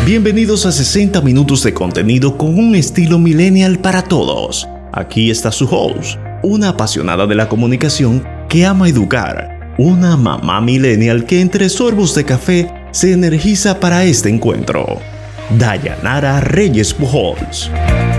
Bienvenidos a 60 minutos de contenido con un estilo millennial para todos. Aquí está su host, una apasionada de la comunicación que ama educar, una mamá millennial que entre sorbos de café se energiza para este encuentro. Dayanara Reyes Pujols.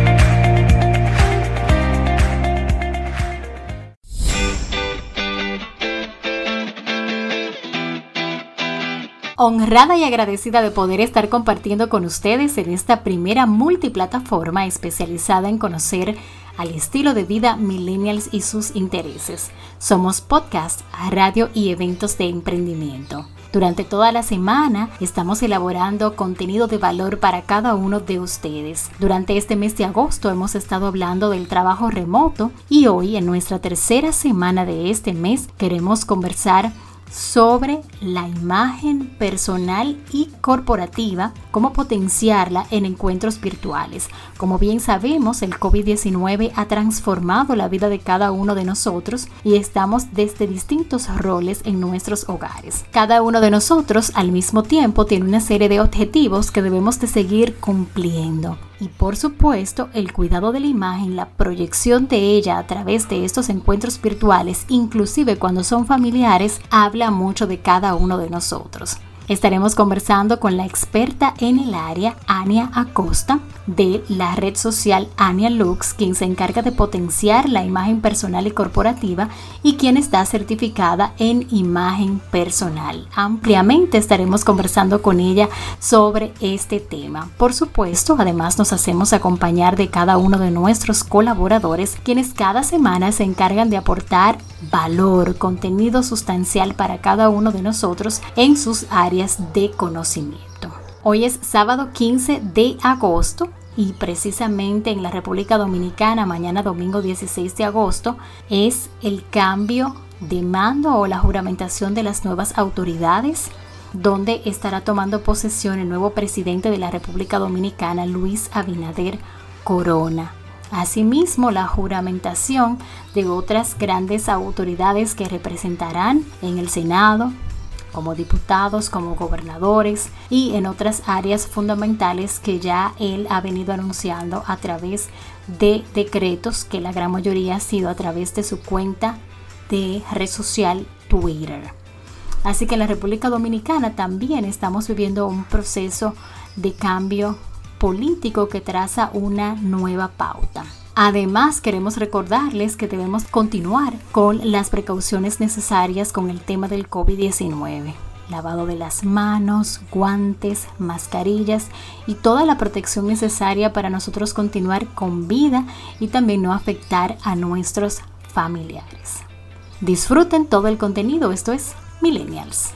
Honrada y agradecida de poder estar compartiendo con ustedes en esta primera multiplataforma especializada en conocer al estilo de vida millennials y sus intereses. Somos podcast, radio y eventos de emprendimiento. Durante toda la semana estamos elaborando contenido de valor para cada uno de ustedes. Durante este mes de agosto hemos estado hablando del trabajo remoto y hoy, en nuestra tercera semana de este mes, queremos conversar sobre la imagen personal y corporativa, cómo potenciarla en encuentros virtuales. Como bien sabemos, el COVID-19 ha transformado la vida de cada uno de nosotros y estamos desde distintos roles en nuestros hogares. Cada uno de nosotros al mismo tiempo tiene una serie de objetivos que debemos de seguir cumpliendo. Y por supuesto, el cuidado de la imagen, la proyección de ella a través de estos encuentros virtuales, inclusive cuando son familiares, habla mucho de cada uno de nosotros. Estaremos conversando con la experta en el área, Ania Acosta, de la red social Ania Lux, quien se encarga de potenciar la imagen personal y corporativa y quien está certificada en imagen personal. Ampliamente estaremos conversando con ella sobre este tema. Por supuesto, además nos hacemos acompañar de cada uno de nuestros colaboradores, quienes cada semana se encargan de aportar valor, contenido sustancial para cada uno de nosotros en sus áreas de conocimiento. Hoy es sábado 15 de agosto y precisamente en la República Dominicana, mañana domingo 16 de agosto, es el cambio de mando o la juramentación de las nuevas autoridades, donde estará tomando posesión el nuevo presidente de la República Dominicana, Luis Abinader Corona. Asimismo, la juramentación de otras grandes autoridades que representarán en el Senado, como diputados, como gobernadores y en otras áreas fundamentales que ya él ha venido anunciando a través de decretos, que la gran mayoría ha sido a través de su cuenta de red social Twitter. Así que en la República Dominicana también estamos viviendo un proceso de cambio político que traza una nueva pauta. Además, queremos recordarles que debemos continuar con las precauciones necesarias con el tema del COVID-19. Lavado de las manos, guantes, mascarillas y toda la protección necesaria para nosotros continuar con vida y también no afectar a nuestros familiares. Disfruten todo el contenido, esto es Millennials.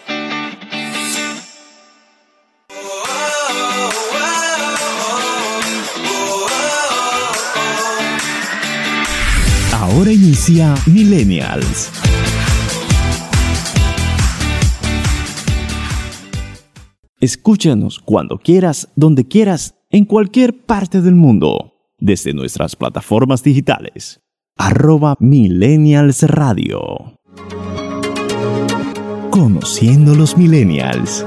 Ahora inicia Millennials. Escúchanos cuando quieras, donde quieras, en cualquier parte del mundo, desde nuestras plataformas digitales. @Millennials Radio. Conociendo los Millennials.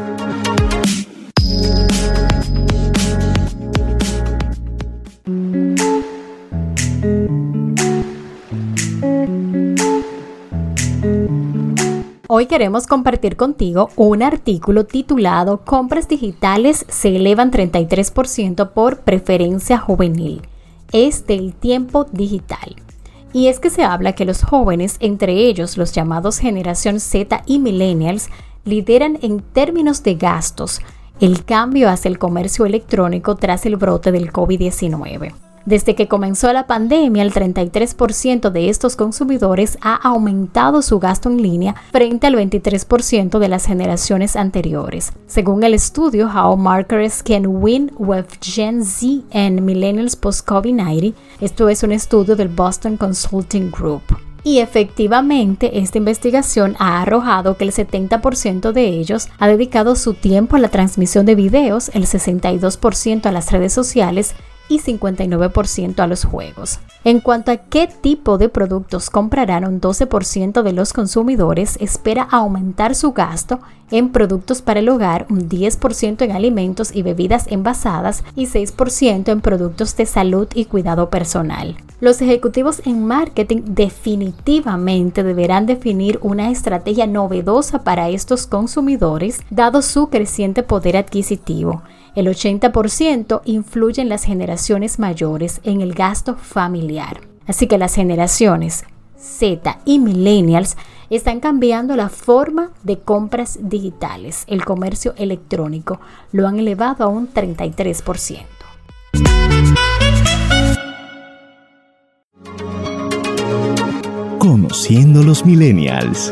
Hoy queremos compartir contigo un artículo titulado Compras digitales se elevan 33% por preferencia juvenil. Es del Tiempo Digital. Y es que se habla que los jóvenes, entre ellos los llamados generación Z y millennials, lideran en términos de gastos el cambio hacia el comercio electrónico tras el brote del COVID-19. Desde que comenzó la pandemia, el 33% de estos consumidores ha aumentado su gasto en línea frente al 23% de las generaciones anteriores. Según el estudio How Marketers Can Win with Gen Z and Millennials Post-COVID-19, esto es un estudio del Boston Consulting Group. Y efectivamente, esta investigación ha arrojado que el 70% de ellos ha dedicado su tiempo a la transmisión de videos, el 62% a las redes sociales y 59% a los juegos. En cuanto a qué tipo de productos comprarán, un 12% de los consumidores espera aumentar su gasto en productos para el hogar, un 10% en alimentos y bebidas envasadas y 6% en productos de salud y cuidado personal. Los ejecutivos en marketing definitivamente deberán definir una estrategia novedosa para estos consumidores, dado su creciente poder adquisitivo. El 80% influye en las generaciones mayores en el gasto familiar. Así que las generaciones Z y Millennials están cambiando la forma de compras digitales. El comercio electrónico lo han elevado a un 33%. Conociendo los Millennials.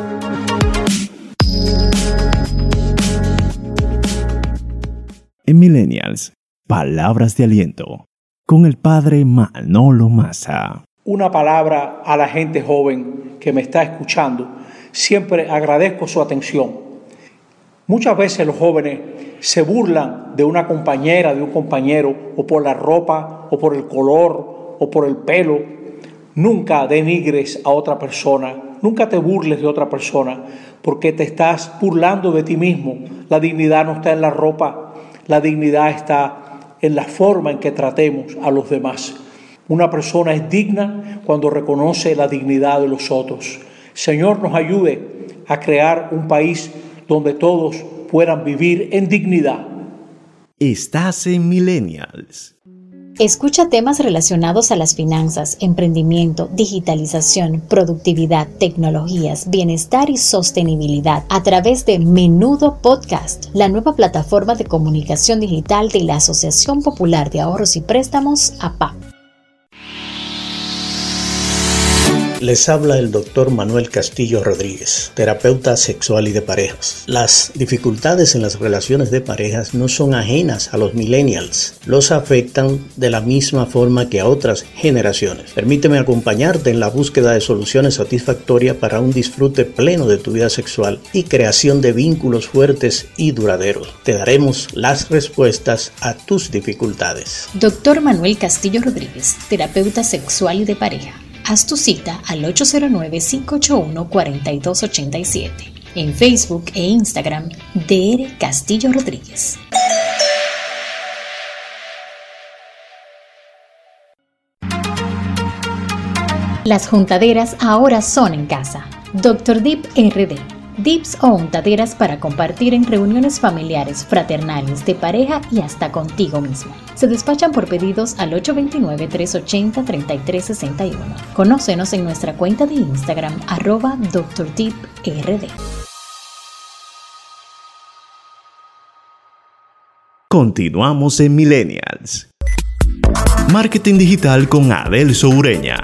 En Millennials, palabras de aliento, con el padre Manolo Maza. Una palabra a la gente joven que me está escuchando. Siempre agradezco su atención. Muchas veces los jóvenes se burlan de una compañera, de un compañero, o por la ropa, o por el color, o por el pelo. Nunca denigres a otra persona, nunca te burles de otra persona, porque te estás burlando de ti mismo. La dignidad no está en la ropa. La dignidad está en la forma en que tratemos a los demás. Una persona es digna cuando reconoce la dignidad de los otros. Señor, nos ayude a crear un país donde todos puedan vivir en dignidad. Estás en Millennials. Escucha temas relacionados a las finanzas, emprendimiento, digitalización, productividad, tecnologías, bienestar y sostenibilidad a través de Menudo Podcast, la nueva plataforma de comunicación digital de la Asociación Popular de Ahorros y Préstamos, APAP. Les habla el Dr. Manuel Castillo Rodríguez, terapeuta sexual y de parejas. Las dificultades en las relaciones de parejas no son ajenas a los millennials. Los afectan de la misma forma que a otras generaciones. Permíteme acompañarte en la búsqueda de soluciones satisfactorias para un disfrute pleno de tu vida sexual y creación de vínculos fuertes y duraderos. Te daremos las respuestas a tus dificultades. Dr. Manuel Castillo Rodríguez, terapeuta sexual y de pareja. Haz tu cita al 809-581-4287. En Facebook e Instagram, Dr. Castillo Rodríguez. Las juntaderas ahora son en casa. Dr. Dip RD. Dips o untaderas para compartir en reuniones familiares, fraternales, de pareja y hasta contigo mismo. Se despachan por pedidos al 829-380-3361. Conócenos en nuestra cuenta de Instagram @DrDipRD. Continuamos en Millennials. Marketing digital con Adelso Ureña.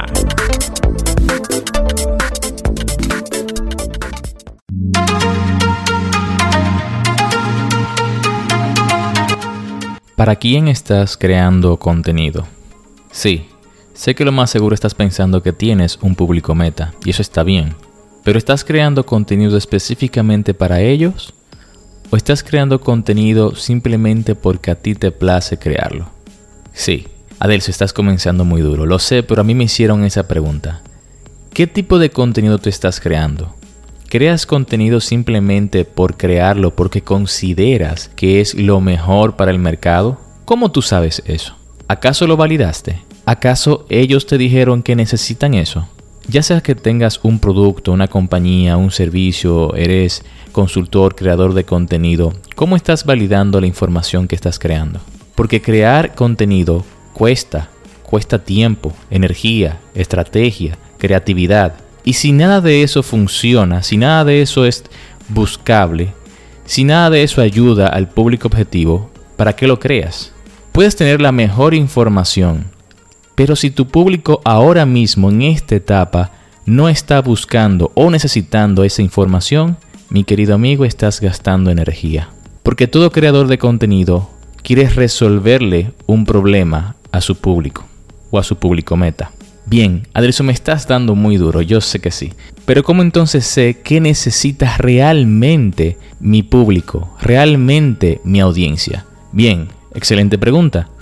¿Para quién estás creando contenido? Sí, sé que lo más seguro estás pensando que tienes un público meta, y eso está bien. ¿Pero estás creando contenido específicamente para ellos? ¿O estás creando contenido simplemente porque a ti te place crearlo? Sí, Adelso, estás comenzando muy duro, lo sé, pero a mí me hicieron esa pregunta. ¿Qué tipo de contenido tú estás creando? ¿Creas contenido simplemente por crearlo porque consideras que es lo mejor para el mercado? ¿Cómo tú sabes eso? ¿Acaso lo validaste? ¿Acaso ellos te dijeron que necesitan eso? Ya sea que tengas un producto, una compañía, un servicio, eres consultor, creador de contenido, ¿cómo estás validando la información que estás creando? Porque crear contenido cuesta tiempo, energía, estrategia, creatividad. Y si nada de eso funciona, si nada de eso es buscable, si nada de eso ayuda al público objetivo, ¿para qué lo creas? Puedes tener la mejor información, pero si tu público ahora mismo en esta etapa no está buscando o necesitando esa información, mi querido amigo, estás gastando energía. Porque todo creador de contenido quiere resolverle un problema a su público o a su público meta. Bien, Adelso, me estás dando muy duro, yo sé que sí. Pero ¿cómo entonces sé qué necesita realmente mi público, realmente mi audiencia? Bien, excelente pregunta.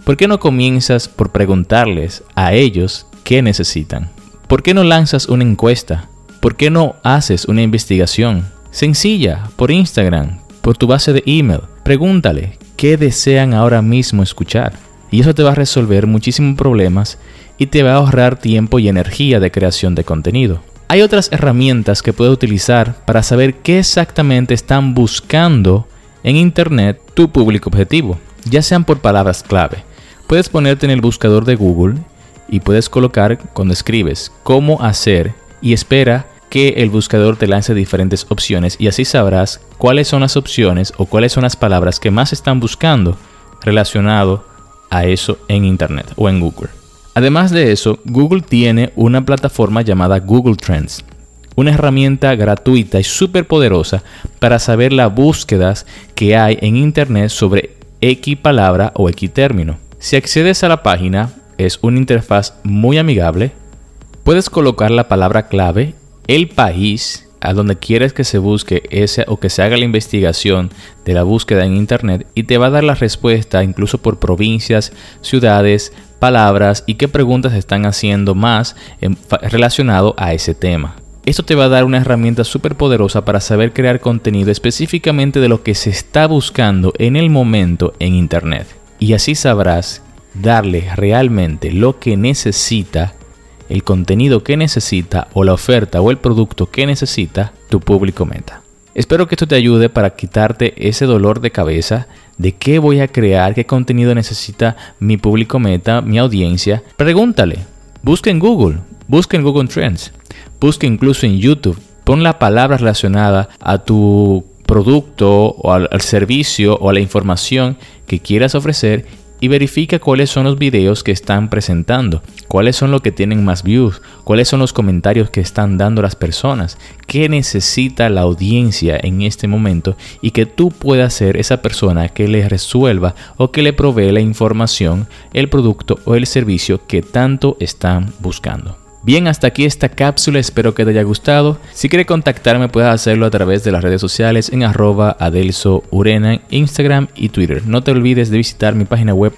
¿Por qué no comienzas por preguntarles a ellos qué necesitan? ¿Por qué no lanzas una encuesta? ¿Por qué no haces una investigación sencilla por Instagram, por tu base de email? Pregúntale qué desean ahora mismo escuchar. Y eso te va a resolver muchísimos problemas y te va a ahorrar tiempo y energía de creación de contenido. Hay otras herramientas que puedes utilizar para saber qué exactamente están buscando en Internet tu público objetivo, ya sean por palabras clave. Puedes ponerte en el buscador de Google y puedes colocar cuando escribes cómo hacer y espera que el buscador te lance diferentes opciones y así sabrás cuáles son las opciones o cuáles son las palabras que más están buscando relacionado a eso en Internet o en Google. Además de eso, Google tiene una plataforma llamada Google Trends, una herramienta gratuita y súper poderosa para saber las búsquedas que hay en Internet sobre X palabra o X término. Si accedes a la página, es una interfaz muy amigable. Puedes colocar la palabra clave, el país a donde quieres que se busque ese o que se haga la investigación de la búsqueda en Internet y te va a dar la respuesta incluso por provincias, ciudades, palabras y qué preguntas están haciendo más relacionado a ese tema. Esto te va a dar una herramienta súper poderosa para saber crear contenido específicamente de lo que se está buscando en el momento en Internet. Y así sabrás darle realmente lo que necesita, el contenido que necesita o la oferta o el producto que necesita tu público meta. Espero que esto te ayude para quitarte ese dolor de cabeza de qué voy a crear, qué contenido necesita mi público meta, mi audiencia. Pregúntale, busca en Google Trends, busca incluso en YouTube, pon la palabra relacionada a tu producto o al servicio o a la información que quieras ofrecer y verifica cuáles son los videos que están presentando, cuáles son los que tienen más views, cuáles son los comentarios que están dando las personas, qué necesita la audiencia en este momento y que tú puedas ser esa persona que le resuelva o que le provee la información, el producto o el servicio que tanto están buscando. Bien, hasta aquí esta cápsula, espero que te haya gustado. Si quieres contactarme puedes hacerlo a través de las redes sociales en @adelsourena en Instagram y Twitter. No te olvides de visitar mi página web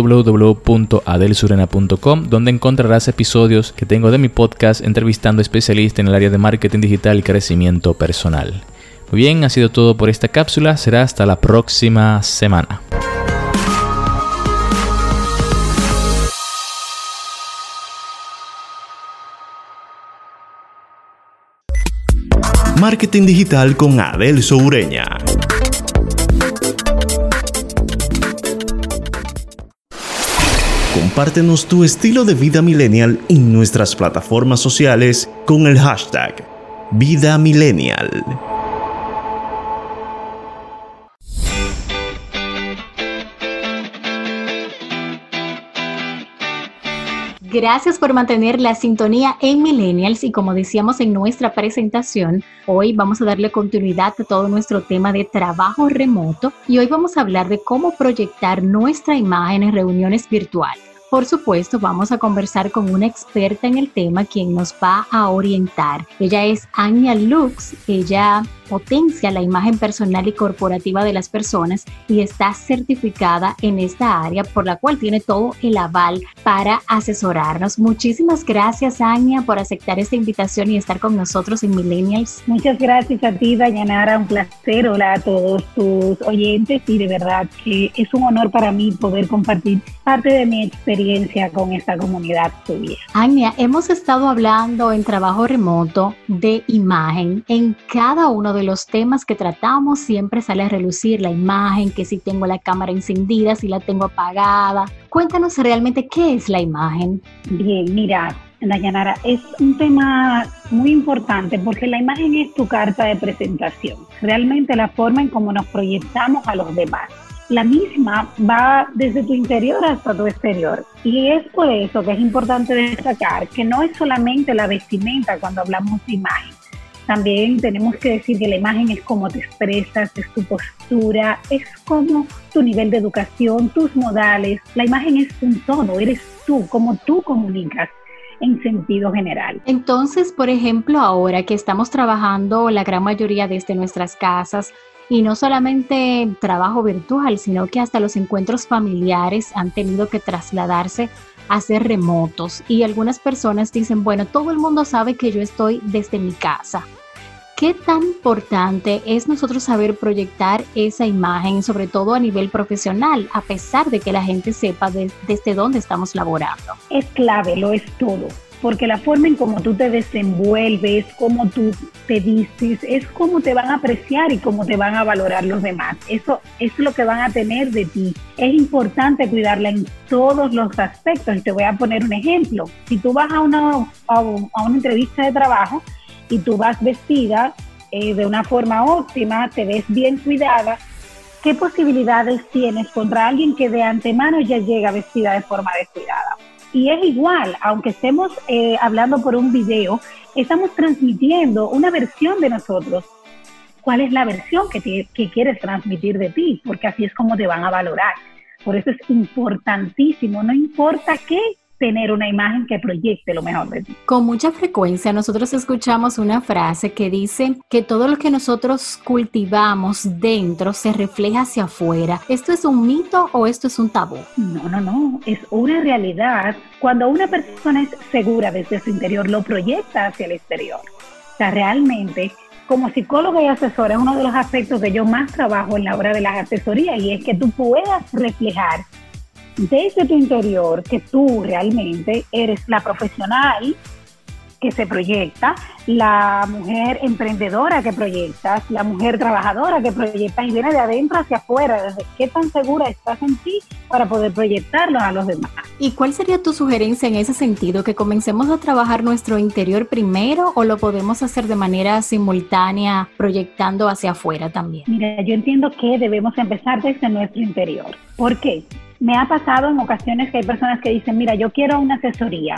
www.adelsourena.com, donde encontrarás episodios que tengo de mi podcast entrevistando especialistas en el área de marketing digital y crecimiento personal. Muy bien, ha sido todo por esta cápsula, será hasta la próxima semana. Marketing Digital con Adelso Ureña. Compártenos tu estilo de vida millennial en nuestras plataformas sociales con el hashtag Vida Millennial. Gracias por mantener la sintonía en Millennials y como decíamos en nuestra presentación, hoy vamos a darle continuidad a todo nuestro tema de trabajo remoto y hoy vamos a hablar de cómo proyectar nuestra imagen en reuniones virtuales. Por supuesto, vamos a conversar con una experta en el tema quien nos va a orientar. Ella es Anya Lux, ella potencia la imagen personal y corporativa de las personas y está certificada en esta área, por la cual tiene todo el aval para asesorarnos. Muchísimas gracias, Anya, por aceptar esta invitación y estar con nosotros en Millennials. Muchas gracias a ti, Dayanara, un placer. Hola a todos tus oyentes y de verdad que es un honor para mí poder compartir parte de mi experiencia con esta comunidad tuya. Anya, hemos estado hablando en trabajo remoto de imagen. En cada uno de los temas que tratamos siempre sale a relucir la imagen, que si tengo la cámara encendida, si la tengo apagada. Cuéntanos realmente qué es la imagen. Bien, mira, Dayanara, es un tema muy importante porque la imagen es tu carta de presentación. Realmente la forma en cómo nos proyectamos a los demás. La misma va desde tu interior hasta tu exterior. Y es por eso que es importante destacar que no es solamente la vestimenta cuando hablamos de imagen. También tenemos que decir que la imagen es cómo te expresas, es tu postura, es como tu nivel de educación, tus modales. La imagen es un todo, eres tú, cómo tú comunicas. en sentido general. Entonces, por ejemplo, ahora que estamos trabajando la gran mayoría desde nuestras casas, y no solamente trabajo virtual, sino que hasta los encuentros familiares han tenido que trasladarse a ser remotos. Y algunas personas dicen, bueno, todo el mundo sabe que yo estoy desde mi casa. ¿Qué tan importante es nosotros saber proyectar esa imagen, sobre todo a nivel profesional, a pesar de que la gente sepa desde dónde estamos laborando? Es clave, lo es todo. Porque la forma en cómo tú te desenvuelves, cómo tú te vistes, es cómo te van a apreciar y cómo te van a valorar los demás. Eso es lo que van a tener de ti. Es importante cuidarla en todos los aspectos. Y te voy a poner un ejemplo. Si tú vas a una entrevista de trabajo y tú vas vestida de una forma óptima, te ves bien cuidada, ¿qué posibilidades tienes contra alguien que de antemano ya llega vestida de forma descuidada? Y es igual, aunque estemos hablando por un video, estamos transmitiendo una versión de nosotros. ¿Cuál es la versión que quieres transmitir de ti? Porque así es como te van a valorar. Por eso es importantísimo, no importa qué, tener una imagen que proyecte lo mejor de ti. Con mucha frecuencia nosotros escuchamos una frase que dice que todo lo que nosotros cultivamos dentro se refleja hacia afuera. ¿Esto es un mito o esto es un tabú? No, es una realidad. Cuando una persona es segura desde su interior, lo proyecta hacia el exterior. O sea, realmente, como psicóloga y asesora, es uno de los aspectos que yo más trabajo en la hora de las asesorías, y es que tú puedas reflejar desde tu interior que tú realmente eres la profesional que se proyecta, la mujer emprendedora que proyectas, la mujer trabajadora que proyectas, y viene de adentro hacia afuera, desde qué tan segura estás en ti para poder proyectarlo a los demás. ¿Y cuál sería tu sugerencia en ese sentido? ¿Que comencemos a trabajar nuestro interior primero o lo podemos hacer de manera simultánea proyectando hacia afuera también? Mira, yo entiendo que debemos empezar desde nuestro interior. ¿Por qué? Me ha pasado en ocasiones que hay personas que dicen, mira, yo quiero una asesoría.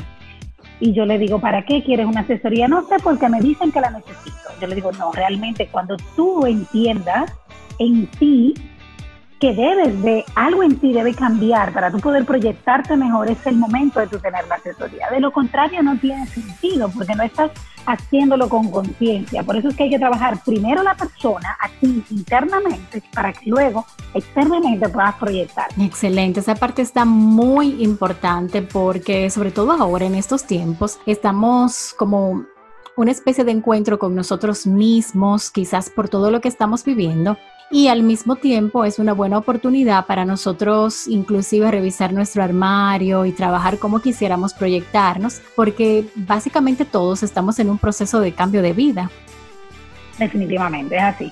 Y yo le digo, ¿para qué quieres una asesoría? No sé, porque me dicen que la necesito. Yo le digo, no, realmente cuando tú entiendas en ti que algo en ti debe cambiar para tú poder proyectarte mejor, es el momento de tú tener la asesoría. De lo contrario no tiene sentido, porque no estás haciéndolo con conciencia. Por eso es que hay que trabajar primero la persona, aquí internamente, para que luego externamente puedas proyectar. Excelente, esa parte está muy importante porque sobre todo ahora en estos tiempos estamos como una especie de encuentro con nosotros mismos, quizás por todo lo que estamos viviendo. Y al mismo tiempo es una buena oportunidad para nosotros inclusive revisar nuestro armario y trabajar como quisiéramos proyectarnos, porque básicamente todos estamos en un proceso de cambio de vida. Definitivamente, es así.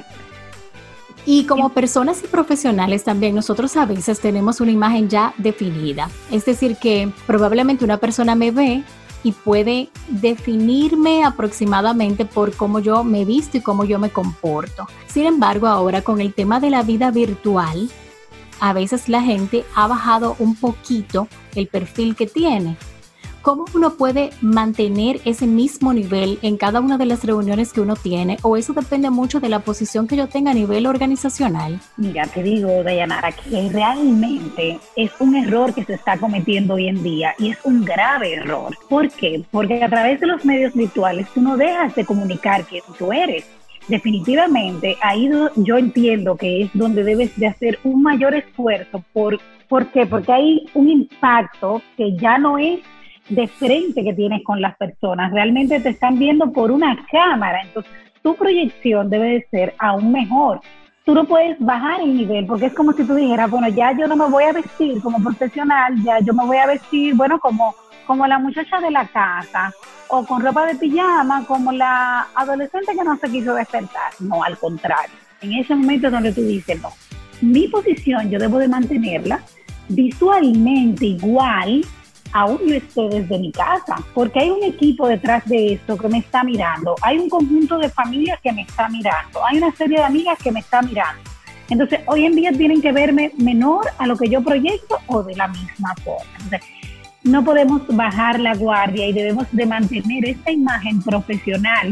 Y como personas y profesionales también nosotros a veces tenemos una imagen ya definida. Es decir, que probablemente una persona me ve y puede definirme aproximadamente por cómo yo me visto y cómo yo me comporto. Sin embargo, ahora con el tema de la vida virtual, a veces la gente ha bajado un poquito el perfil que tiene. ¿Cómo uno puede mantener ese mismo nivel en cada una de las reuniones que uno tiene? ¿O eso depende mucho de la posición que yo tenga a nivel organizacional? Mira, te digo, Dayanara, que realmente es un error que se está cometiendo hoy en día, y es un grave error. ¿Por qué? Porque a través de los medios virtuales tú no dejas de comunicar quién tú eres. Definitivamente, ahí yo entiendo que es donde debes de hacer un mayor esfuerzo. ¿Por qué? Porque hay un impacto que ya no es de frente que tienes con las personas, realmente te están viendo por una cámara, entonces tu proyección debe de ser aún mejor. Tú no puedes bajar el nivel, porque es como si tú dijeras, bueno, ya yo no me voy a vestir como profesional, ya yo me voy a vestir, bueno, como la muchacha de la casa, o con ropa de pijama, como la adolescente que no se quiso despertar. No, al contrario, en ese momento donde tú dices, no, mi posición yo debo de mantenerla visualmente igual, aún yo estoy desde mi casa, porque hay un equipo detrás de esto que me está mirando, hay un conjunto de familias que me está mirando, hay una serie de amigas que me está mirando. Entonces, hoy en día tienen que verme menor a lo que yo proyecto o de la misma forma. Entonces, no podemos bajar la guardia y debemos de mantener esta imagen profesional,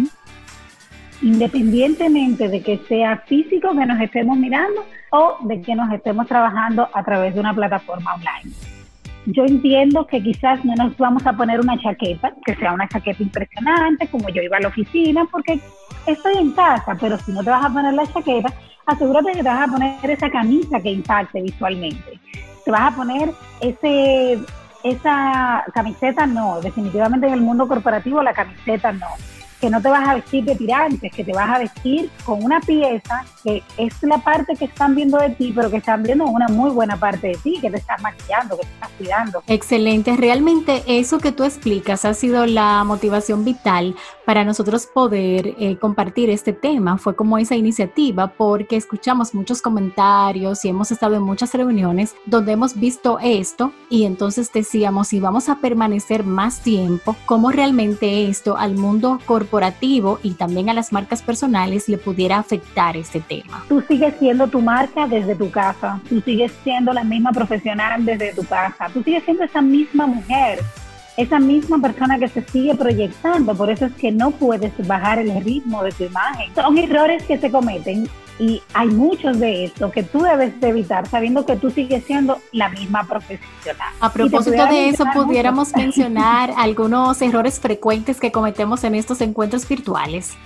independientemente de que sea físico que nos estemos mirando o de que nos estemos trabajando a través de una plataforma online. Yo entiendo que quizás no nos vamos a poner una chaqueta, que sea una chaqueta impresionante, como yo iba a la oficina, porque estoy en casa, pero si no te vas a poner la chaqueta, asegúrate que te vas a poner esa camisa que impacte visualmente. Te vas a poner esa camiseta, no, definitivamente en el mundo corporativo la camiseta no. Que no te vas a vestir de tirantes, que te vas a vestir con una pieza que es la parte que están viendo de ti, pero que están viendo una muy buena parte de ti, que te estás maquillando, que te estás cuidando. Excelente, realmente eso que tú explicas ha sido la motivación vital para nosotros poder compartir este tema. Fue como esa iniciativa porque escuchamos muchos comentarios y hemos estado en muchas reuniones donde hemos visto esto y entonces decíamos, si vamos a permanecer más tiempo, ¿cómo realmente esto al mundo corporativo y también a las marcas personales le pudiera afectar este tema? Tú sigues siendo tu marca desde tu casa, tú sigues siendo la misma profesional desde tu casa, tú sigues siendo esa misma mujer, esa misma persona que se sigue proyectando, por eso es que no puedes bajar el ritmo de tu imagen. Son errores que se cometen y hay muchos de estos que tú debes de evitar sabiendo que tú sigues siendo la misma profesional. A propósito de eso, pudiéramos mencionar algunos errores frecuentes que cometemos en estos encuentros virtuales.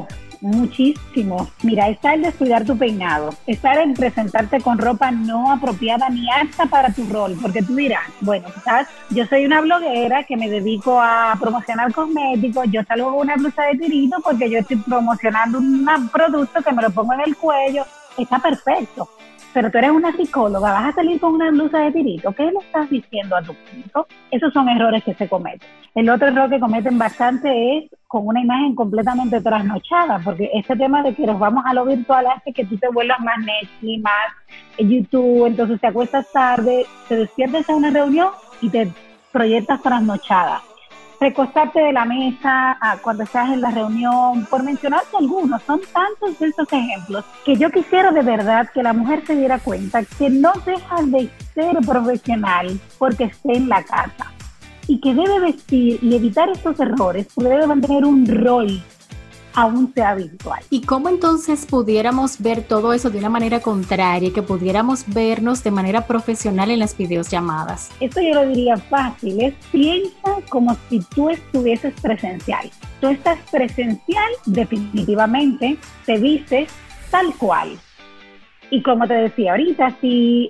Muchísimo. Mira, está el descuidar tu peinado, está el presentarte con ropa no apropiada ni apta para tu rol, porque tú dirás, bueno, quizás yo soy una bloguera que me dedico a promocionar cosméticos, yo salgo con una blusa de tirito porque yo estoy promocionando un producto que me lo pongo en el cuello, está perfecto. Pero tú eres una psicóloga, vas a salir con una blusa de tirito, ¿qué le estás diciendo a tu público? Esos son errores que se cometen. El otro error que cometen bastante es con una imagen completamente trasnochada, porque este tema de que nos vamos a lo virtual hace que tú te vuelvas más Netflix, más YouTube, entonces te acuestas tarde, te despiertas a una reunión y te proyectas trasnochada. Recostarte de la mesa cuando estás en la reunión, por mencionarte algunos, son tantos de esos ejemplos que yo quisiera de verdad que la mujer se diera cuenta que no deja de ser profesional porque esté en la casa y que debe vestir y evitar estos errores porque debe mantener un rol aún sea virtual. ¿Y cómo entonces pudiéramos ver todo eso de una manera contraria, que pudiéramos vernos de manera profesional en las videollamadas? Esto yo lo diría fácil, es piensa como si tú estuvieses presencial. Tú estás presencial, definitivamente, te vistes tal cual. Y como te decía ahorita, si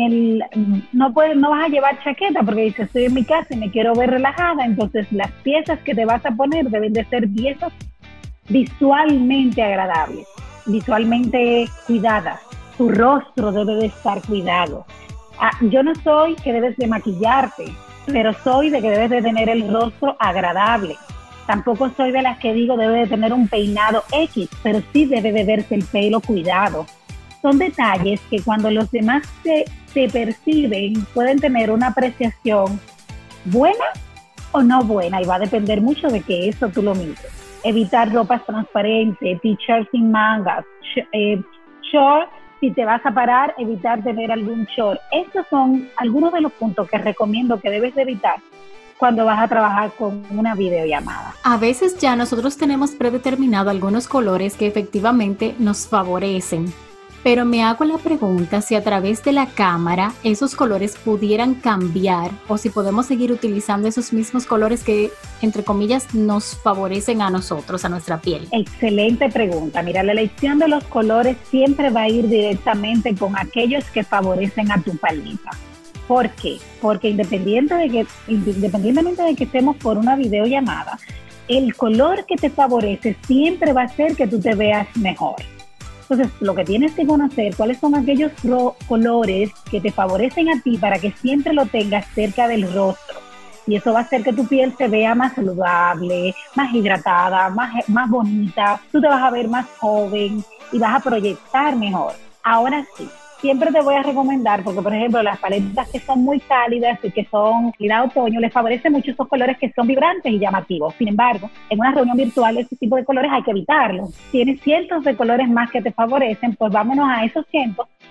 no vas a llevar chaqueta porque dices, estoy en mi casa y me quiero ver relajada, entonces las piezas que te vas a poner deben de ser piezas visualmente agradables, visualmente cuidadas. Tu rostro debe de estar cuidado. Yo no soy que debes de maquillarte, pero soy de que debes de tener el rostro agradable. Tampoco soy de las que digo debe de tener un peinado X, pero sí debe de verse el pelo cuidado. Son detalles que cuando los demás te perciben pueden tener una apreciación buena o no buena, y va a depender mucho de que eso tú lo mires. Evitar ropas transparentes, t-shirts sin mangas, shorts, si te vas a parar, evitar tener algún short. Estos son algunos de los puntos que recomiendo que debes de evitar cuando vas a trabajar con una videollamada. A veces ya nosotros tenemos predeterminado algunos colores que efectivamente nos favorecen, pero me hago la pregunta si a través de la cámara esos colores pudieran cambiar o si podemos seguir utilizando esos mismos colores que, entre comillas, nos favorecen a nosotros, a nuestra piel. Excelente pregunta. Mira, la elección de los colores siempre va a ir directamente con aquellos que favorecen a tu paleta. ¿Por qué? Porque independientemente de que estemos por una videollamada, el color que te favorece siempre va a hacer que tú te veas mejor. Entonces, lo que tienes que conocer, cuáles son aquellos colores que te favorecen a ti para que siempre lo tengas cerca del rostro. Y eso va a hacer que tu piel se vea más saludable, más hidratada, más bonita. Tú te vas a ver más joven y vas a proyectar mejor. Ahora sí, siempre te voy a recomendar, porque por ejemplo las paletas que son muy cálidas y que son calidad otoño, les favorece mucho esos colores que son vibrantes y llamativos. Sin embargo, en una reunión virtual ese tipo de colores hay que evitarlos. Tienes cientos de colores más que te favorecen, pues vámonos a esos cientos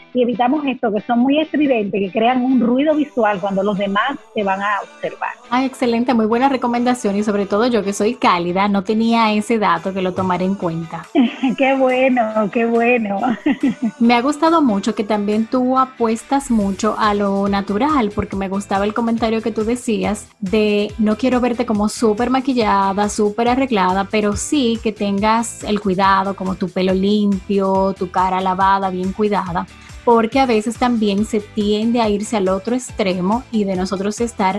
y evitamos esto, que son muy estridentes, que crean un ruido visual cuando los demás te van a observar. Excelente, muy buena recomendación, y sobre todo yo que soy cálida, no tenía ese dato, que lo tomaré en cuenta. Qué bueno, qué bueno. Me ha gustado mucho que también tú apuestas mucho a lo natural, porque me gustaba el comentario que tú decías de no quiero verte como súper maquillada, súper arreglada, pero sí que tengas el cuidado, como tu pelo limpio, tu cara lavada, bien cuidada, porque a veces también se tiende a irse al otro extremo y de nosotros estar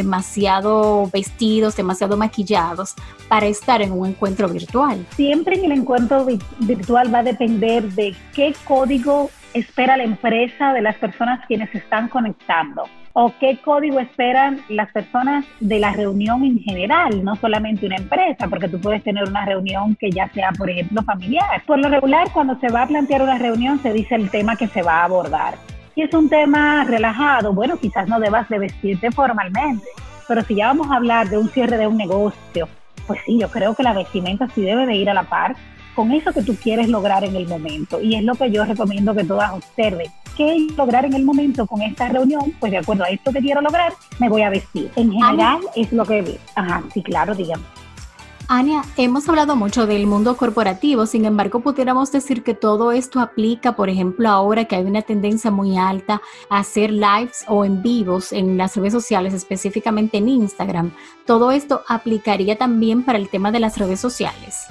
demasiado vestidos, demasiado maquillados para estar en un encuentro virtual. Siempre en el encuentro virtual va a depender de qué código espera la empresa de las personas quienes se están conectando, o qué código esperan las personas de la reunión en general, no solamente una empresa, porque tú puedes tener una reunión que ya sea, por ejemplo, familiar. Por lo regular, cuando se va a plantear una reunión, se dice el tema que se va a abordar. Si es un tema relajado, bueno, quizás no debas de vestirte formalmente, pero si ya vamos a hablar de un cierre de un negocio, pues sí, yo creo que la vestimenta sí debe de ir a la par con eso que tú quieres lograr en el momento, y es lo que yo recomiendo que todas observen. ¿Qué lograr en el momento con esta reunión? Pues de acuerdo a esto que quiero lograr, me voy a vestir. En general es lo que... sí, claro, dígame. Ania, hemos hablado mucho del mundo corporativo, sin embargo, pudiéramos decir que todo esto aplica, por ejemplo, ahora que hay una tendencia muy alta a hacer lives o en vivos en las redes sociales, específicamente en Instagram. ¿Todo esto aplicaría también para el tema de las redes sociales?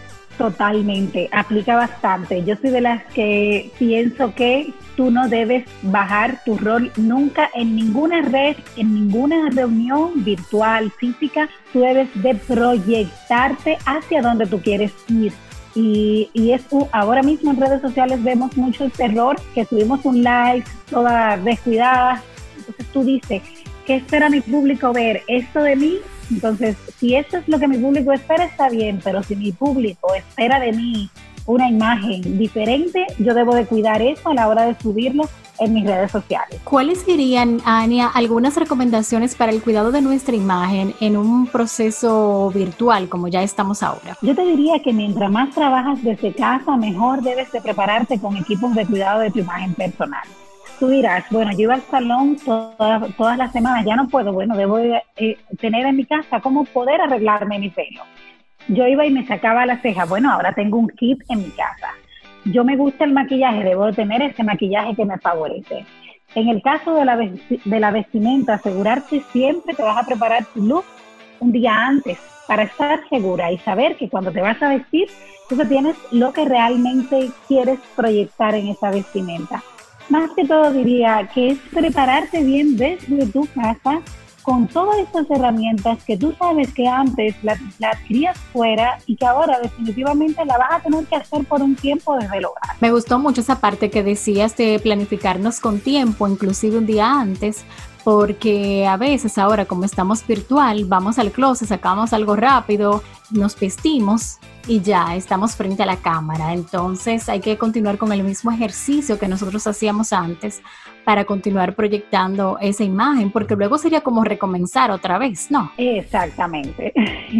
Totalmente, aplica bastante. Yo soy de las que pienso que tú no debes bajar tu rol nunca en ninguna red, en ninguna reunión virtual, física. Tú debes de proyectarte hacia donde tú quieres ir. Y ahora mismo en redes sociales vemos mucho este error, que subimos un live toda descuidada. Entonces tú dices, ¿qué espera mi público ver? ¿Esto de mí? Entonces, si eso es lo que mi público espera, está bien, pero si mi público espera de mí una imagen diferente, yo debo de cuidar eso a la hora de subirlo en mis redes sociales. ¿Cuáles serían, Ania, algunas recomendaciones para el cuidado de nuestra imagen en un proceso virtual como ya estamos ahora? Yo te diría que mientras más trabajas desde casa, mejor debes de prepararte con equipos de cuidado de tu imagen personal. Tú dirás, bueno, yo iba al salón todas las semanas, ya no puedo, bueno, debo tener en mi casa cómo poder arreglarme mi pelo. Yo iba y me sacaba las cejas, bueno, ahora tengo un kit en mi casa. Yo me gusta el maquillaje, debo tener ese maquillaje que me favorece. En el caso de la vestimenta, asegurarte siempre te vas a preparar tu look un día antes para estar segura y saber que cuando te vas a vestir, tú tienes lo que realmente quieres proyectar en esa vestimenta. Más que todo diría que es prepararte bien desde tu casa con todas estas herramientas que tú sabes que antes la adquirías fuera y que ahora definitivamente la vas a tener que hacer por un tiempo desde el hogar. Me gustó mucho esa parte que decías de planificarnos con tiempo, inclusive un día antes, porque a veces ahora como estamos virtual, vamos al closet, sacamos algo rápido, nos vestimos y ya estamos frente a la cámara. Entonces hay que continuar con el mismo ejercicio que nosotros hacíamos antes para continuar proyectando esa imagen, porque luego sería como recomenzar otra vez, ¿no? Exactamente,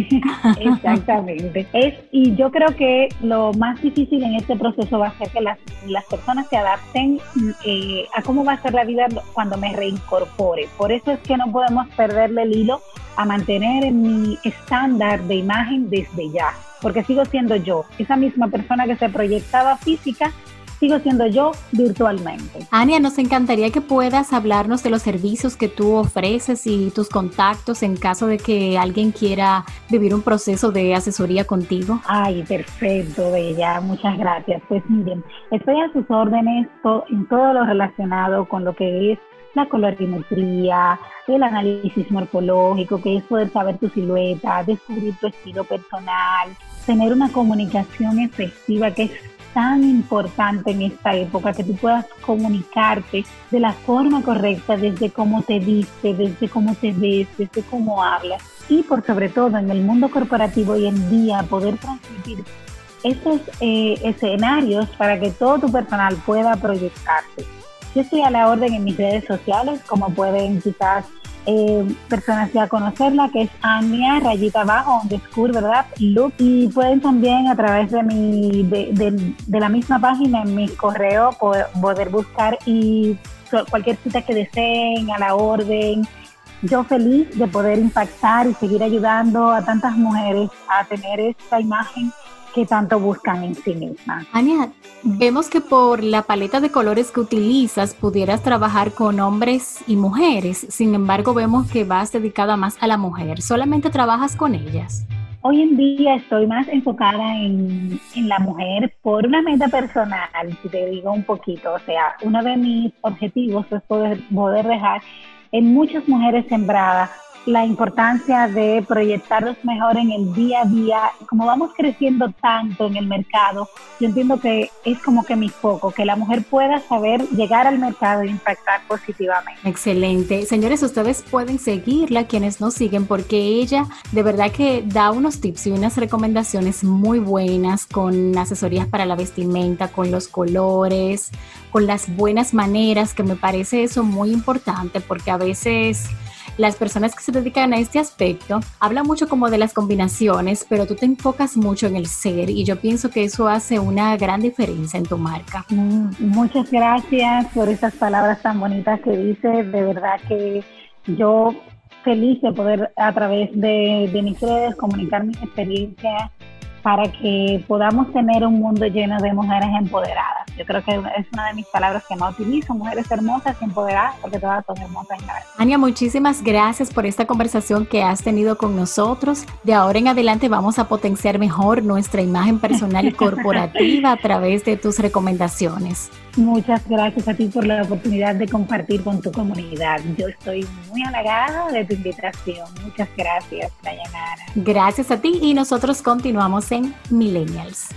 exactamente. Y yo creo que lo más difícil en este proceso va a ser que las personas se adapten a cómo va a ser la vida cuando me reincorpore. Por eso es que no podemos perderle el hilo a mantener mi estándar de imagen desde ya, porque sigo siendo yo, esa misma persona que se proyectaba física, sigo siendo yo virtualmente. Ania, nos encantaría que puedas hablarnos de los servicios que tú ofreces y tus contactos en caso de que alguien quiera vivir un proceso de asesoría contigo. Ay, perfecto, bella, muchas gracias. Pues miren, estoy a sus órdenes en todo lo relacionado con lo que es la colorimetría, el análisis morfológico, que es poder saber tu silueta, descubrir tu estilo personal, tener una comunicación efectiva que es tan importante en esta época, que tú puedas comunicarte de la forma correcta, desde cómo te vistes, desde cómo te ves, desde cómo hablas, y por sobre todo en el mundo corporativo hoy en día poder transmitir estos escenarios para que todo tu personal pueda proyectarse. Yo estoy a la orden en mis redes sociales, como pueden quizás personas ya conocerla, que es Ania _, ¿verdad? Look. Y pueden también a través de la misma página, en mi correo, poder buscar y cualquier cita que deseen, a la orden. Yo feliz de poder impactar y seguir ayudando a tantas mujeres a tener esta imagen que tanto buscan en sí mismas. Ania, vemos que por la paleta de colores que utilizas pudieras trabajar con hombres y mujeres, sin embargo vemos que vas dedicada más a la mujer. ¿Solamente trabajas con ellas? Hoy en día estoy más enfocada en la mujer por una meta personal, si te digo un poquito. O sea, uno de mis objetivos es poder dejar en muchas mujeres sembradas la importancia de proyectarlos mejor en el día a día. Como vamos creciendo tanto en el mercado, yo entiendo que es como que mi foco, que la mujer pueda saber llegar al mercado e impactar positivamente. Excelente. Señores, ustedes pueden seguirla, quienes nos siguen, porque ella de verdad que da unos tips y unas recomendaciones muy buenas, con asesorías para la vestimenta, con los colores, con las buenas maneras, que me parece eso muy importante, porque a veces las personas que se dedican a este aspecto hablan mucho como de las combinaciones, pero tú te enfocas mucho en el ser, y yo pienso que eso hace una gran diferencia en tu marca. Muchas gracias por estas palabras tan bonitas que dices. De verdad que yo feliz de poder a través de mis redes comunicar mis experiencias para que podamos tener un mundo lleno de mujeres empoderadas. Yo creo que es una de mis palabras que más utilizo, mujeres hermosas y empoderadas, porque todas son hermosas en la verdad. Ania, muchísimas gracias por esta conversación que has tenido con nosotros. De ahora en adelante vamos a potenciar mejor nuestra imagen personal y corporativa a través de tus recomendaciones. Muchas gracias a ti por la oportunidad de compartir con tu comunidad. Yo estoy muy halagada de tu invitación. Muchas gracias, Dayanara. Gracias a ti, y nosotros continuamos en Millennials.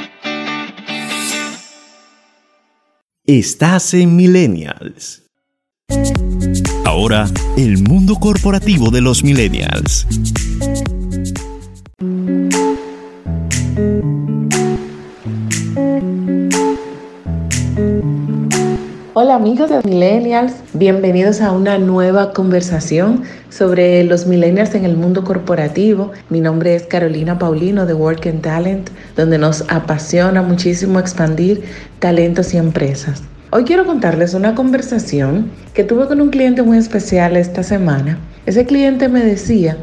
Estás en Millennials. Ahora, el mundo corporativo de los Millennials. Hola amigos de Millennials, bienvenidos a una nueva conversación sobre los Millennials en el mundo corporativo. Mi nombre es Carolina Paulino de Work and Talent, donde nos apasiona muchísimo expandir talentos y empresas. Hoy quiero contarles una conversación que tuve con un cliente muy especial esta semana. Ese cliente me decía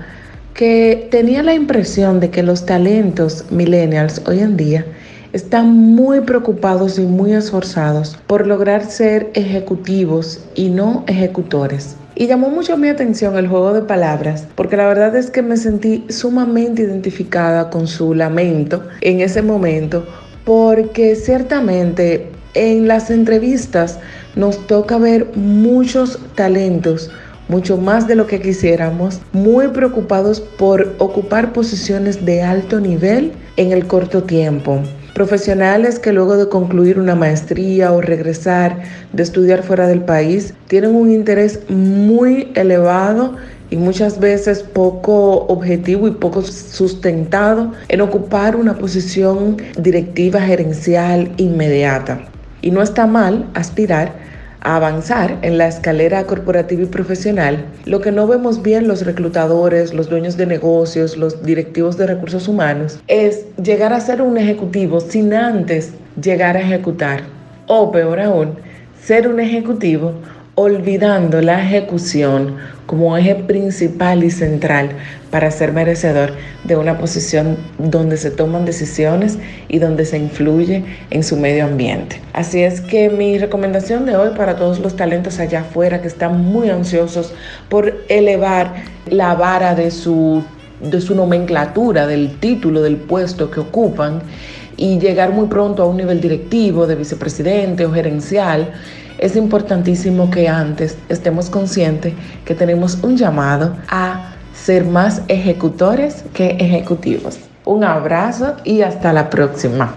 que tenía la impresión de que los talentos Millennials hoy en día están muy preocupados y muy esforzados por lograr ser ejecutivos y no ejecutores. Y llamó mucho mi atención el juego de palabras, porque la verdad es que me sentí sumamente identificada con su lamento en ese momento, porque ciertamente en las entrevistas nos toca ver muchos talentos, mucho más de lo que quisiéramos, muy preocupados por ocupar posiciones de alto nivel en el corto tiempo. Profesionales que luego de concluir una maestría o regresar de estudiar fuera del país tienen un interés muy elevado y muchas veces poco objetivo y poco sustentado en ocupar una posición directiva gerencial inmediata. Y no está mal aspirar a avanzar en la escalera corporativa y profesional. Lo que no vemos bien los reclutadores, los dueños de negocios, los directivos de recursos humanos, es llegar a ser un ejecutivo sin antes llegar a ejecutar. O peor aún, ser un ejecutivo olvidando la ejecución como eje principal y central para ser merecedor de una posición donde se toman decisiones y donde se influye en su medio ambiente. Así es que mi recomendación de hoy para todos los talentos allá afuera que están muy ansiosos por elevar la vara de su nomenclatura, del título, del puesto que ocupan y llegar muy pronto a un nivel directivo, de vicepresidente o gerencial, es importantísimo que antes estemos conscientes que tenemos un llamado a ser más ejecutores que ejecutivos. Un abrazo y hasta la próxima.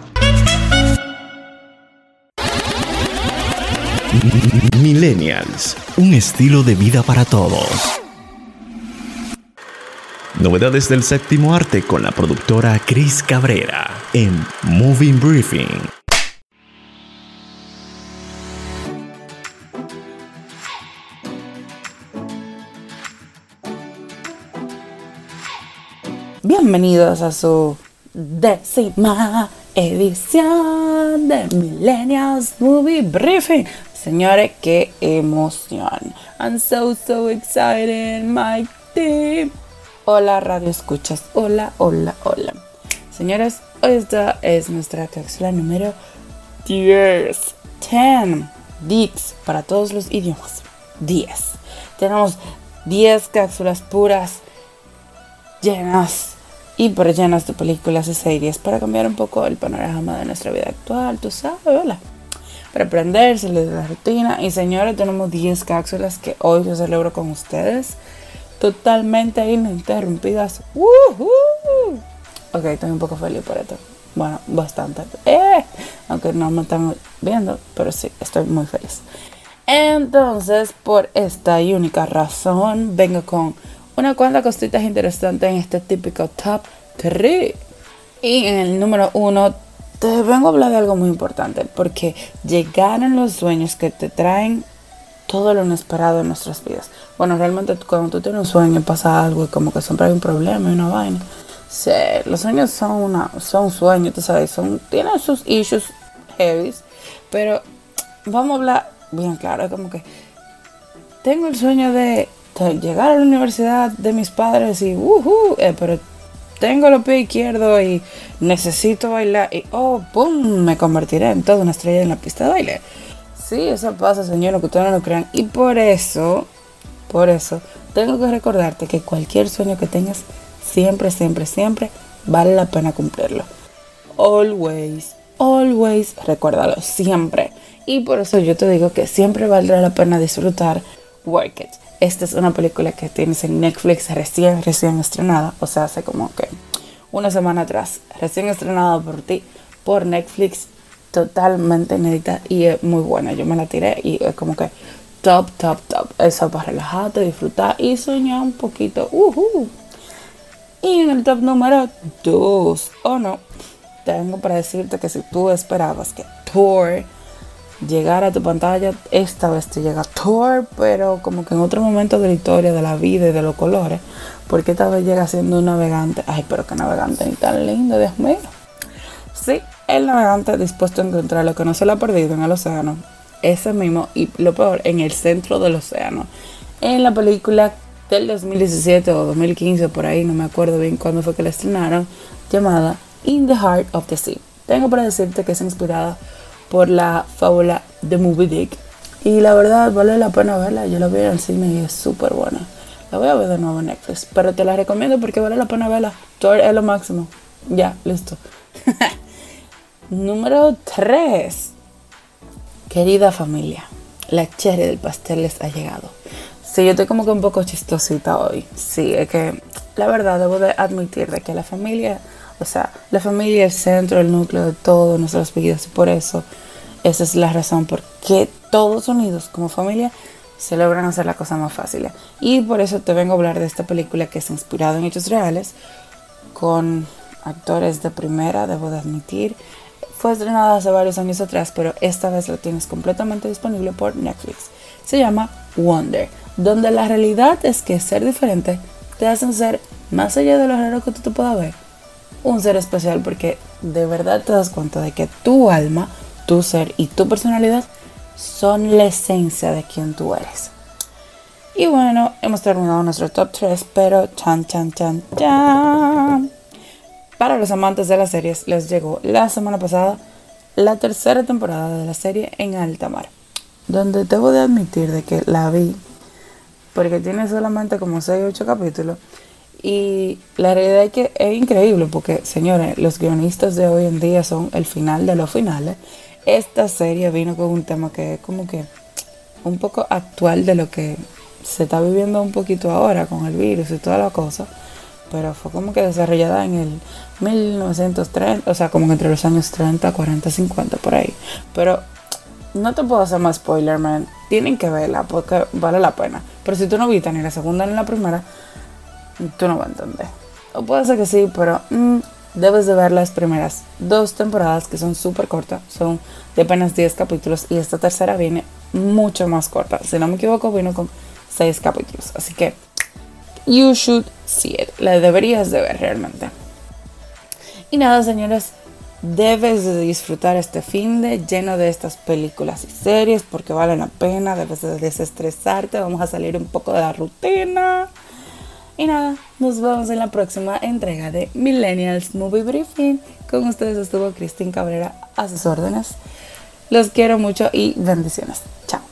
Millennials, un estilo de vida para todos. Novedades del séptimo arte con la productora Cris Cabrera en Moving Briefing. Bienvenidos a su 10ª edición de Millennials Movie Briefing. Señores, qué emoción. I'm so excited, my team. Hola, radio escuchas. Hola. Señores, hoy esta es nuestra cápsula número 10. 10 para todos los idiomas. 10. Tenemos 10 cápsulas puras, llenas, hiper llenas de películas y series para cambiar un poco el panorama de nuestra vida actual, tú sabes, ¿verdad? Para aprenderse de la rutina. Y señores, tenemos 10 cápsulas que hoy yo celebro con ustedes, totalmente ininterrumpidas. Ok, estoy un poco feliz por esto. Bueno, bastante. Aunque no me están viendo, pero sí, estoy muy feliz. Entonces, por esta y única razón, vengo con una cuanta cositas interesantes en este típico top 3. Y en el número 1 te vengo a hablar de algo muy importante, porque llegaron los sueños que te traen todo lo inesperado en nuestras vidas. Bueno, realmente cuando tú tienes un sueño pasa algo y como que siempre hay un problema y una vaina. Sí, los sueños son sueños, tú sabes, tienen sus issues heavy, pero vamos a hablar bien claro, como que tengo el sueño de llegar a la universidad de mis padres y pero tengo los pies izquierdos y necesito bailar y ¡pum! Me convertiré en toda una estrella en la pista de baile. Sí, eso pasa, señor, que ustedes no lo crean. Y por eso tengo que recordarte que cualquier sueño que tengas siempre vale la pena cumplirlo. Always, recuérdalo siempre. Y por eso yo te digo que siempre valdrá la pena disfrutar Work It. Esta es una película que tienes en Netflix recién estrenada. O sea, hace como que una semana atrás. Recién estrenada por Netflix. Totalmente inédita y es muy buena. Yo me la tiré y es como que top. Eso para relajarte, disfrutar y soñar un poquito. Y en el top número 2, no, tengo para decirte que si tú esperabas que Thor llegara a tu pantalla, esta vez te llega Thor, pero como que en otro momento de la historia, de la vida y de los colores, porque esta vez llega siendo un navegante. Ay, pero qué navegante ni tan lindo, Dios mío. Sí, el navegante dispuesto a encontrar lo que no se le ha perdido en el océano, ese mismo, y lo peor, en el centro del océano. En la película del 2017 o 2015, por ahí, no me acuerdo bien cuándo fue que la estrenaron, llamada In the Heart of the Sea. Tengo para decirte que es inspirada por la fábula de Moby Dick. Y la verdad, vale la pena verla. Yo la vi en el cine y es súper buena. La voy a ver de nuevo en Netflix, pero te la recomiendo porque vale la pena verla. Thor es lo máximo. Ya, listo. Número 3. Querida familia, la cherry del pastel les ha llegado. Sí, yo estoy como que un poco chistosita hoy. Sí, es que la verdad debo de admitir de que la familia es el centro, el núcleo de todas nuestras vidas. Y por eso, esa es la razón por qué todos unidos como familia se logran hacer la cosa más fácil. Y por eso te vengo a hablar de esta película que es inspirada en hechos reales, con actores de primera, debo de admitir. Fue estrenada hace varios años atrás, pero esta vez la tienes completamente disponible por Netflix. Se llama Wonder, donde la realidad es que ser diferente te hacen ser, más allá de lo raro que tú te puedas ver, un ser especial, porque de verdad te das cuenta de que tu alma, tu ser y tu personalidad son la esencia de quien tú eres. Y bueno, hemos terminado nuestro top 3, pero chan. Para los amantes de las series, les llegó la semana pasada la tercera temporada de la serie En Alta Mar, donde debo de admitir de que la vi porque tiene solamente como 6 o 8 capítulos. Y la realidad es que es increíble porque, señores, los guionistas de hoy en día son el final de los finales. Esta serie vino con un tema que es como que un poco actual de lo que se está viviendo un poquito ahora con el virus y toda la cosa. Pero fue como que desarrollada en el 1930, o sea, como que entre los años 30, 40, 50, por ahí. Pero no te puedo hacer más spoiler, man. Tienen que verla porque vale la pena. Pero si tú no viste ni la segunda ni la primera, tú no vas a entender. O puede ser que sí, pero debes de ver las primeras 2 temporadas, que son súper cortas. Son de apenas 10 capítulos. Y esta tercera viene mucho más corta. Si no me equivoco, vino con 6 capítulos. Así que You should see it. La deberías de ver realmente. Y nada, señores, debes de disfrutar este finde lleno de estas películas y series porque valen la pena. Debes de desestresarte. Vamos a salir un poco de la rutina. Y nada, nos vemos en la próxima entrega de Millennials Movie Briefing. Con ustedes estuvo Cristín Cabrera a sus órdenes. Los quiero mucho y bendiciones. Chao.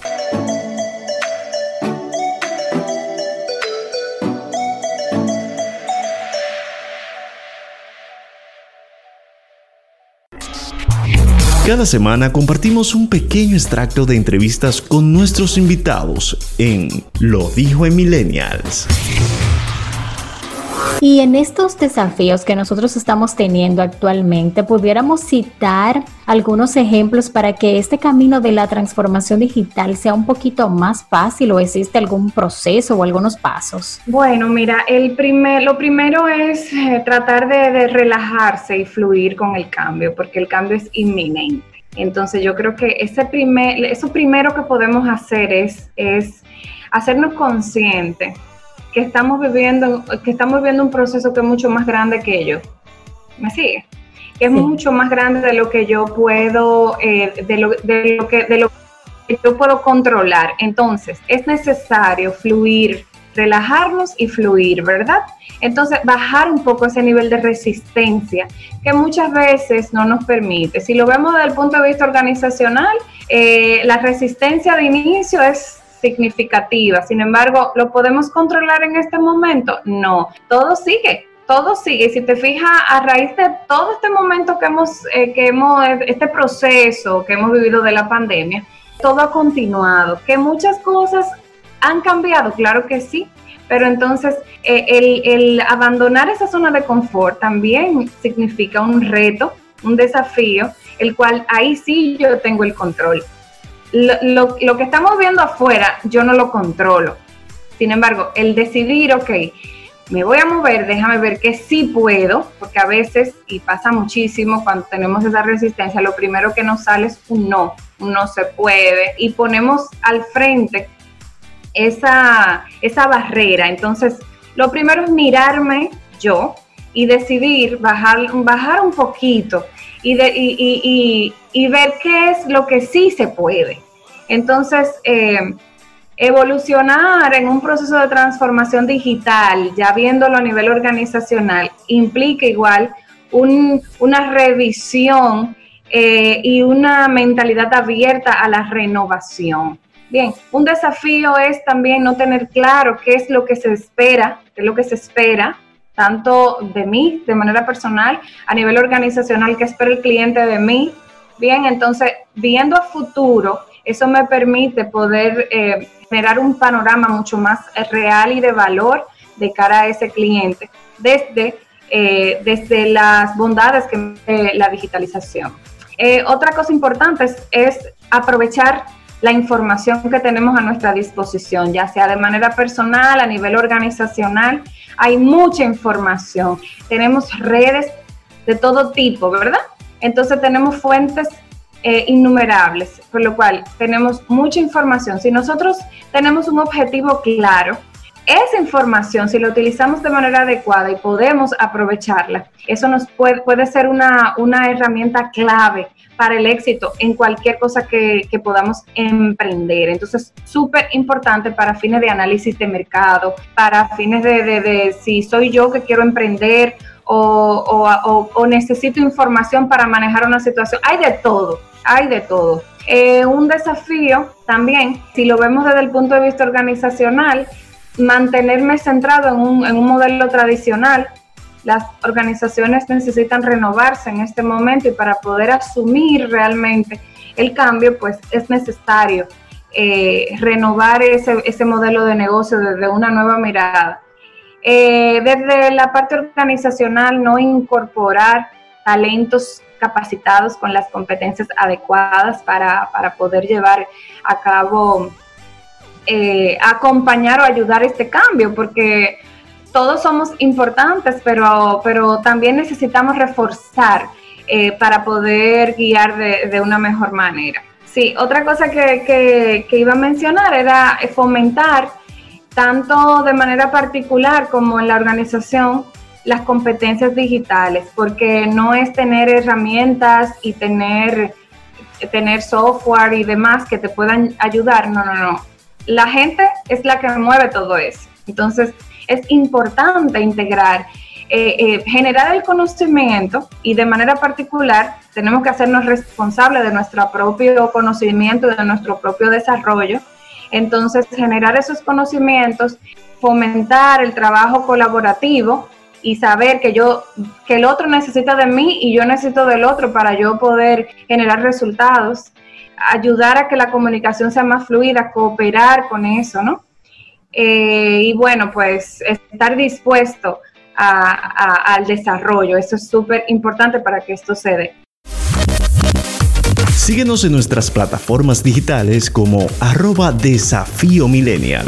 Cada semana compartimos un pequeño extracto de entrevistas con nuestros invitados en Lo dijo en Millennials. Y en estos desafíos que nosotros estamos teniendo actualmente, pudiéramos citar algunos ejemplos para que este camino de la transformación digital sea un poquito más fácil, o existe algún proceso o algunos pasos. Bueno, mira, lo primero es tratar de relajarse y fluir con el cambio, porque el cambio es inminente. Entonces yo creo que eso primero que podemos hacer es hacernos conscientes que estamos viviendo un proceso que es mucho más grande que yo. ¿Me sigue? Que es mucho más grande de lo que yo puedo, de lo que yo puedo controlar. Entonces, es necesario fluir, relajarnos y fluir, ¿verdad? Entonces, bajar un poco ese nivel de resistencia que muchas veces no nos permite. Si lo vemos desde el punto de vista organizacional, la resistencia de inicio es significativa. Sin embargo, ¿lo podemos controlar en este momento? No, todo sigue. Y si te fijas, a raíz de todo este momento este proceso que hemos vivido de la pandemia, todo ha continuado. Que muchas cosas han cambiado, claro que sí, pero entonces el abandonar esa zona de confort también significa un reto, un desafío, el cual ahí sí yo tengo el control. Lo que estamos viendo afuera, yo no lo controlo. Sin embargo, el decidir, ok, me voy a mover, déjame ver que sí puedo, porque a veces, y pasa muchísimo cuando tenemos esa resistencia, lo primero que nos sale es un no se puede, y ponemos al frente esa barrera. Entonces, lo primero es mirarme yo y decidir bajar un poquito y ver qué es lo que sí se puede. Entonces, evolucionar en un proceso de transformación digital, ya viéndolo a nivel organizacional, implica igual una revisión y una mentalidad abierta a la renovación. Bien, un desafío es también no tener claro qué es lo que se espera, tanto de mí, de manera personal, a nivel organizacional, qué espera el cliente de mí. Bien, entonces, viendo a futuro, eso me permite poder generar un panorama mucho más real y de valor de cara a ese cliente, desde las bondades que la digitalización. Otra cosa importante es aprovechar la información que tenemos a nuestra disposición, ya sea de manera personal, a nivel organizacional. Hay mucha información, tenemos redes de todo tipo, ¿verdad? Entonces tenemos fuentes innumerables, por lo cual tenemos mucha información. Si nosotros tenemos un objetivo claro, esa información, si la utilizamos de manera adecuada y podemos aprovecharla, eso nos puede ser una herramienta clave para el éxito en cualquier cosa que podamos emprender. Entonces, súper importante para fines de análisis de mercado, para fines de si soy yo que quiero emprender o necesito información para manejar una situación. Hay de todo. Un desafío también, si lo vemos desde el punto de vista organizacional, mantenerme centrado en un modelo tradicional. Las organizaciones necesitan renovarse en este momento, y para poder asumir realmente el cambio, pues es necesario renovar ese modelo de negocio desde una nueva mirada. Desde la parte organizacional, no incorporar talentos capacitados con las competencias adecuadas para poder llevar a cabo, acompañar o ayudar este cambio, porque todos somos importantes, pero también necesitamos reforzar para poder guiar de una mejor manera. Sí, otra cosa que iba a mencionar era fomentar tanto de manera particular como en la organización, las competencias digitales, porque no es tener herramientas y tener software y demás que te puedan ayudar, no. La gente es la que mueve todo eso. Entonces, es importante integrar, generar el conocimiento, y de manera particular tenemos que hacernos responsables de nuestro propio conocimiento, de nuestro propio desarrollo. Entonces, generar esos conocimientos, fomentar el trabajo colaborativo y saber que el otro necesita de mí y yo necesito del otro para yo poder generar resultados, ayudar a que la comunicación sea más fluida, cooperar con eso, ¿no? Y bueno, pues estar dispuesto al desarrollo, eso es súper importante para que esto se dé. Síguenos en nuestras plataformas digitales como @desafiomillennial.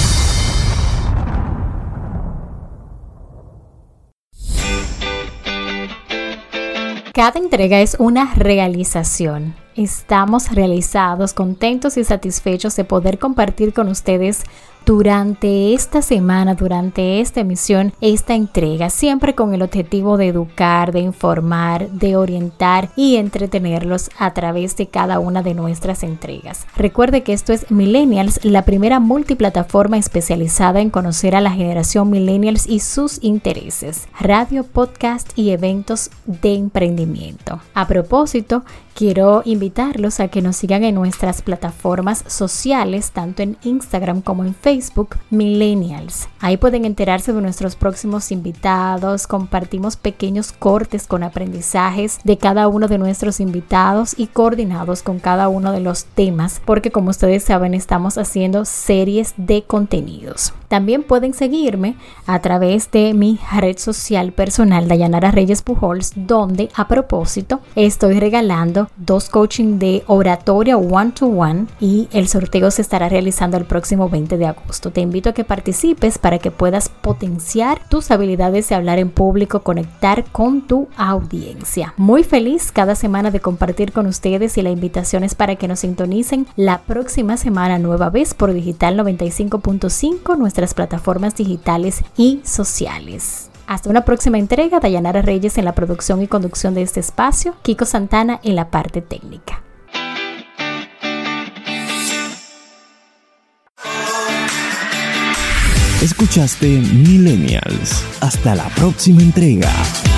Cada entrega es una realización. Estamos realizados, contentos y satisfechos de poder compartir con ustedes durante esta semana, durante esta emisión, esta entrega, siempre con el objetivo de educar, de informar, de orientar y entretenerlos a través de cada una de nuestras entregas. Recuerde que esto es Millennials, la primera multiplataforma especializada en conocer a la generación Millennials y sus intereses, radio, podcast y eventos de emprendimiento. A propósito, quiero invitarlos a que nos sigan en nuestras plataformas sociales, tanto en Instagram como en Facebook, Millennials. Ahí pueden enterarse de nuestros próximos invitados, compartimos pequeños cortes con aprendizajes de cada uno de nuestros invitados y coordinados con cada uno de los temas, porque como ustedes saben, estamos haciendo series de contenidos. También pueden seguirme a través de mi red social personal, Dayanara Reyes Pujols, donde a propósito estoy regalando 2 coaching de oratoria one-to-one y el sorteo se estará realizando el próximo 20 de agosto. Te invito a que participes para que puedas potenciar tus habilidades de hablar en público, conectar con tu audiencia. Muy feliz cada semana de compartir con ustedes y la invitación es para que nos sintonicen la próxima semana nueva vez por Digital 95.5, nuestras plataformas digitales y sociales. Hasta una próxima entrega. Dayanara Reyes en la producción y conducción de este espacio, Kiko Santana en la parte técnica. Escuchaste Millennials. Hasta la próxima entrega.